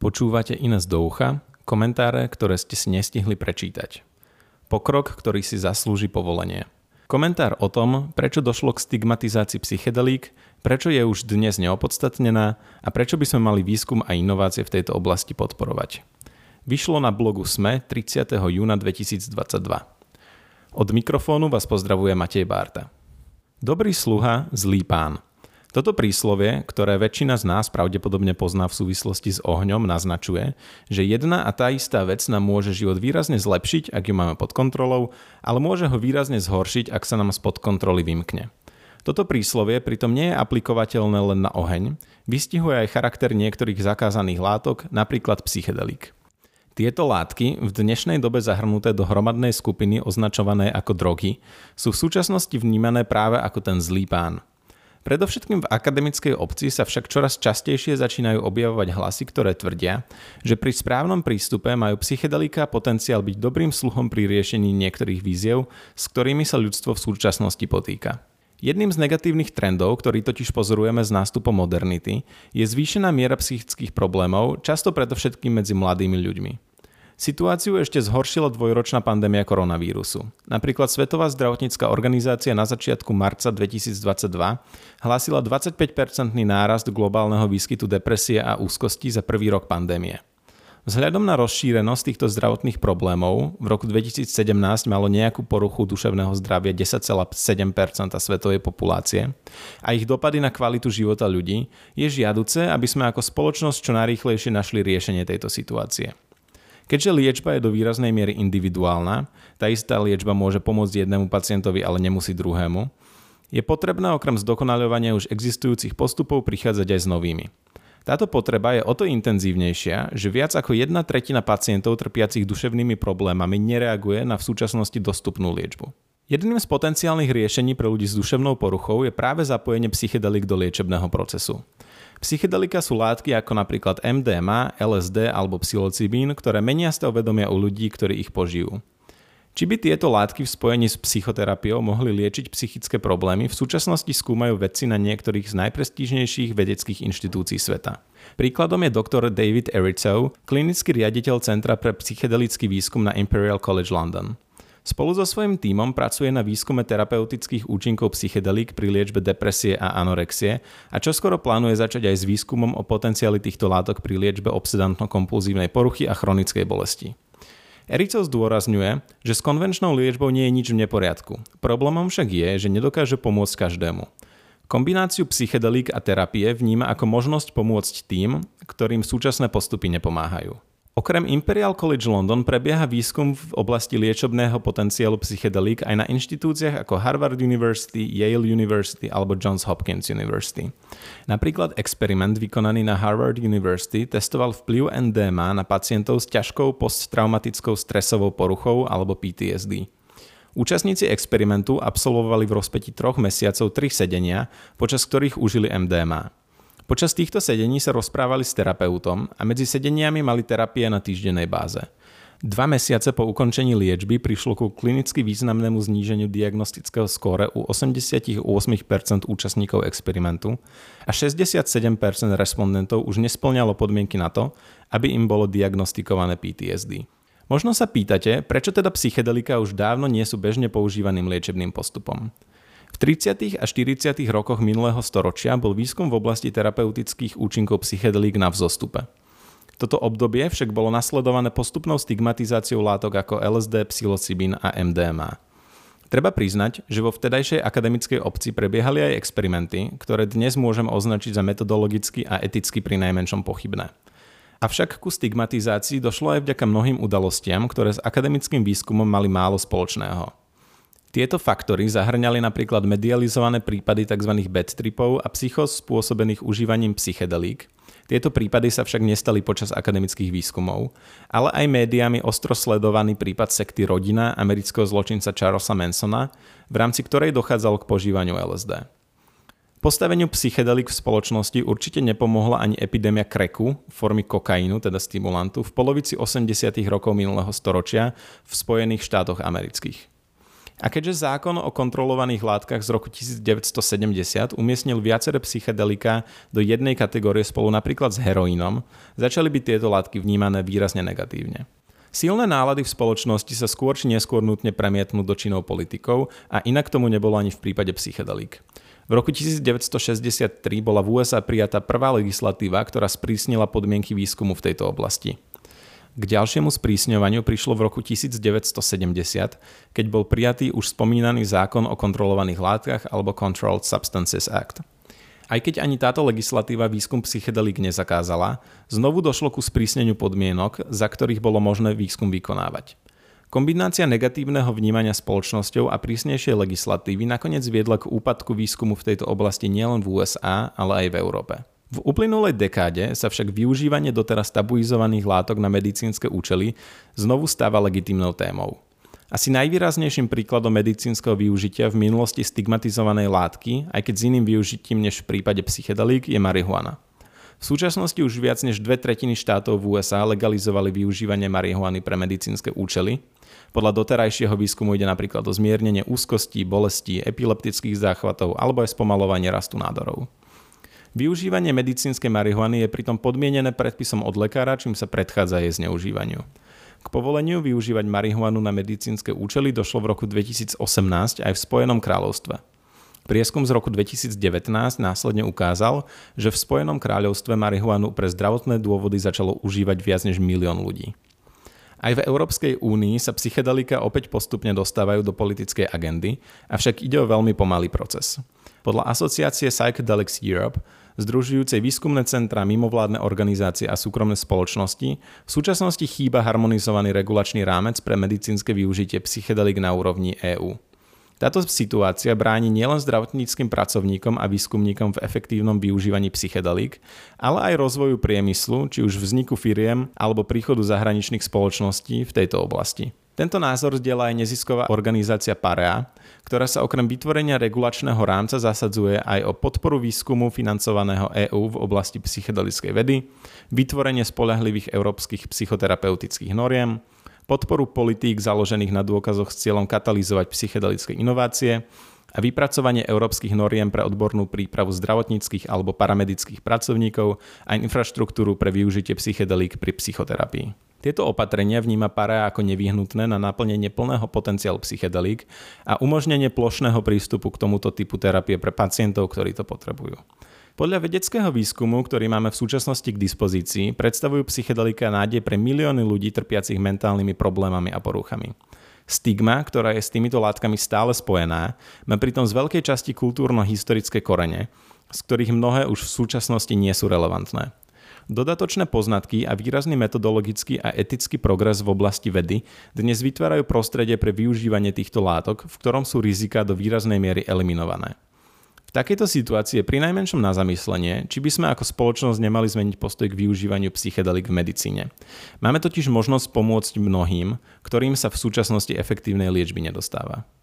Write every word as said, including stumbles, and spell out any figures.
Počúvate Ines do ucha, komentáre, ktoré ste si nestihli prečítať. Pokrok, ktorý si zaslúži povolenie. Komentár o tom, prečo došlo k stigmatizácii psychedelík, prečo je už dnes neopodstatnená a prečo by sme mali výskum a inovácie v tejto oblasti podporovať. Vyšlo na blogu es em e tridsiateho júna dvetisícdvadsaťdva. Od mikrofónu vás pozdravuje Matej Bárta. Dobrý sluha, zlý pán. Toto príslovie, ktoré väčšina z nás pravdepodobne pozná v súvislosti s ohňom, naznačuje, že jedna a tá istá vec nám môže život výrazne zlepšiť, ak ju máme pod kontrolou, ale môže ho výrazne zhoršiť, ak sa nám spod kontroly vymkne. Toto príslovie pritom nie je aplikovateľné len na oheň, vystihuje aj charakter niektorých zakázaných látok, napríklad psychedelík. Tieto látky, v dnešnej dobe zahrnuté do hromadnej skupiny označované ako drogy, sú v súčasnosti vnímané práve ako ten zlý pán. Predovšetkým v akademickej obci sa však čoraz častejšie začínajú objavovať hlasy, ktoré tvrdia, že pri správnom prístupe majú psychedelika potenciál byť dobrým sluhom pri riešení niektorých výziev, s ktorými sa ľudstvo v súčasnosti potýka. Jedným z negatívnych trendov, ktorý totiž pozorujeme s nástupom modernity, je zvýšená miera psychických problémov, často predovšetkým medzi mladými ľuďmi. Situáciu ešte zhoršila dvojročná pandémia koronavírusu. Napríklad Svetová zdravotnícka organizácia na začiatku marca dvetisícdvadsaťdva hlásila dvadsaťpäť percentný nárast globálneho výskytu depresie a úzkosti za prvý rok pandémie. Vzhľadom na rozšírenosť týchto zdravotných problémov v roku dvetisícsedemnásť malo nejakú poruchu duševného zdravia desať celá sedem percenta svetovej populácie a ich dopady na kvalitu života ľudí je žiaduce, aby sme ako spoločnosť čo najrýchlejšie našli riešenie tejto situácie. Keďže liečba je do výraznej miery individuálna, tá istá liečba môže pomôcť jednému pacientovi, ale nemusí druhému, je potrebné okrem zdokonaľovania už existujúcich postupov prichádzať aj s novými. Táto potreba je o to intenzívnejšia, že viac ako jedna tretina pacientov trpiacich duševnými problémami nereaguje na v súčasnosti dostupnú liečbu. Jedným z potenciálnych riešení pre ľudí s duševnou poruchou je práve zapojenie psychedelík do liečebného procesu. Psychedelika sú látky ako napríklad em dé em á, el es dé alebo psilocybín, ktoré menia stav vedomia u ľudí, ktorí ich požijú. Či by tieto látky v spojení s psychoterapiou mohli liečiť psychické problémy, v súčasnosti skúmajú vedci na niektorých z najprestížnejších vedeckých inštitúcií sveta. Príkladom je doktor David Errico, klinický riaditeľ Centra pre psychedelický výskum na Imperial College London. Spolu so svojím tímom pracuje na výskume terapeutických účinkov psychedelík pri liečbe depresie a anorexie a čoskoro plánuje začať aj s výskumom o potenciáli týchto látok pri liečbe obsedantno-kompulzívnej poruchy a chronickej bolesti. Errico zdôrazňuje, že s konvenčnou liečbou nie je nič v neporiadku. Problémom však je, že nedokáže pomôcť každému. Kombináciu psychedelík a terapie vníma ako možnosť pomôcť tým, ktorým súčasné postupy nepomáhajú. Okrem Imperial College London prebieha výskum v oblasti liečebného potenciálu psychedelík aj na inštitúciách ako Harvard University, Yale University alebo Johns Hopkins University. Napríklad experiment vykonaný na Harvard University testoval vplyv em dé em á na pacientov s ťažkou posttraumatickou stresovou poruchou alebo pé té es dé. Účastníci experimentu absolvovali v rozpätí troch mesiacov tri sedenia, počas ktorých užili em dé em á. Počas týchto sedení sa rozprávali s terapeutom a medzi sedeniami mali terapie na týždennej báze. Dva mesiace po ukončení liečby prišlo ku klinicky významnému zníženiu diagnostického skóre u osemdesiatosem percent účastníkov experimentu a šesťdesiatsedem percent respondentov už nespĺňalo podmienky na to, aby im bolo diagnostikované pé té es dé. Možno sa pýtate, prečo teda psychedelika už dávno nie sú bežne používaným liečebným postupom. V tridsiatych a štyridsiatych rokoch minulého storočia bol výskum v oblasti terapeutických účinkov psychedelík na vzostupe. Toto obdobie však bolo nasledované postupnou stigmatizáciou látok ako el es dé, psilocybín a em dé em á. Treba priznať, že vo vtedajšej akademickej obci prebiehali aj experimenty, ktoré dnes môžeme označiť za metodologicky a eticky prinajmenšom pochybné. Avšak ku stigmatizácii došlo aj vďaka mnohým udalostiam, ktoré s akademickým výskumom mali málo spoločného. Tieto faktory zahrňali napríklad medializované prípady tzv. Bad tripov a psychóz spôsobených užívaním psychedelík. Tieto prípady sa však nestali počas akademických výskumov, ale aj médiami ostro sledovaný prípad sekty Rodina amerického zločinca Charlesa Mansona, v rámci ktorej dochádzalo k požívaniu el es dé. Postaveniu psychedelík v spoločnosti určite nepomohla ani epidémia cracku, formy kokainu, teda stimulantu, v polovici osemdesiatych rokov minulého storočia v Spojených štátoch amerických. A keďže zákon o kontrolovaných látkach z roku devätnásťstosedemdesiat umiestnil viaceré psychedelika do jednej kategórie spolu napríklad s heroínom, začali byť tieto látky vnímané výrazne negatívne. Silné nálady v spoločnosti sa skôr či neskôr nutne premietnú do činov politikov a inak tomu nebolo ani v prípade psychedelík. V roku devätnásťstošesťdesiattri bola v ú es á prijatá prvá legislatíva, ktorá sprísnila podmienky výskumu v tejto oblasti. K ďalšiemu sprísňovaniu prišlo v roku devätnásťstosedemdesiat, keď bol prijatý už spomínaný zákon o kontrolovaných látkach alebo Controlled Substances Act. Aj keď ani táto legislatíva výskum psychedelík nezakázala, znovu došlo ku sprísneniu podmienok, za ktorých bolo možné výskum vykonávať. Kombinácia negatívneho vnímania spoločnosťou a prísnejšej legislatívy nakoniec viedla k úpadku výskumu v tejto oblasti nielen v ú es á, ale aj v Európe. V uplynulej dekáde sa však využívanie doteraz tabuizovaných látok na medicínske účely znovu stáva legitímnou témou. Asi najvýraznejším príkladom medicínskeho využitia v minulosti stigmatizovanej látky, aj keď s iným využitím než v prípade psychedelík, je marihuana. V súčasnosti už viac než dve tretiny štátov v ú es á legalizovali využívanie marihuany pre medicínske účely. Podľa doterajšieho výskumu ide napríklad o zmiernenie úzkostí, bolestí, epileptických záchvatov alebo aj spomalovanie rastu nádorov. Využívanie medicínskej marihuany je pritom podmienené predpisom od lekára, čím sa predchádza jej zneužívaniu. K povoleniu využívať marihuanu na medicínske účely došlo v roku dvetisícosemnásť aj v Spojenom kráľovstve. Prieskum z roku dvetisícdevätnásť následne ukázal, že v Spojenom kráľovstve marihuanu pre zdravotné dôvody začalo užívať viac než milión ľudí. Aj v Európskej únii sa psychedelika opäť postupne dostávajú do politickej agendy, avšak ide o veľmi pomalý proces. Podľa asociácie Psychedelics Europe, združujúcej výskumné centrá, mimovládne organizácie a súkromné spoločnosti, v súčasnosti chýba harmonizovaný regulačný rámec pre medicínske využitie psychedelik na úrovni EÚ. Táto situácia bráni nielen zdravotníckym pracovníkom a výskumníkom v efektívnom využívaní psychedelík, ale aj rozvoju priemyslu, či už vzniku firiem alebo príchodu zahraničných spoločností v tejto oblasti. Tento názor zdieľa aj nezisková organizácia Parea, ktorá sa okrem vytvorenia regulačného rámca zasadzuje aj o podporu výskumu financovaného EÚ v oblasti psychedelickej vedy, vytvorenie spoľahlivých európskych psychoterapeutických noriem, podporu politík založených na dôkazoch s cieľom katalyzovať psychedelické inovácie a vypracovanie európskych noriem pre odbornú prípravu zdravotníckych alebo paramedických pracovníkov a infraštruktúru pre využitie psychedelík pri psychoterapii. Tieto opatrenia vníma Parea ako nevyhnutné na naplnenie plného potenciálu psychedelík a umožnenie plošného prístupu k tomuto typu terapie pre pacientov, ktorí to potrebujú. Podľa vedeckého výskumu, ktorý máme v súčasnosti k dispozícii, predstavujú psychedelika nádej pre milióny ľudí trpiacich mentálnymi problémami a poruchami. Stigma, ktorá je s týmito látkami stále spojená, má pritom z veľkej časti kultúrno-historické korene, z ktorých mnohé už v súčasnosti nie sú relevantné. Dodatočné poznatky a výrazný metodologický a etický progres v oblasti vedy dnes vytvárajú prostredie pre využívanie týchto látok, v ktorom sú rizika do výraznej miery eliminované. V takejto situácii je prinajmenšom na zamyslenie, či by sme ako spoločnosť nemali zmeniť postoj k využívaniu psychedelik v medicíne. Máme totiž možnosť pomôcť mnohým, ktorým sa v súčasnosti efektívnej liečby nedostáva.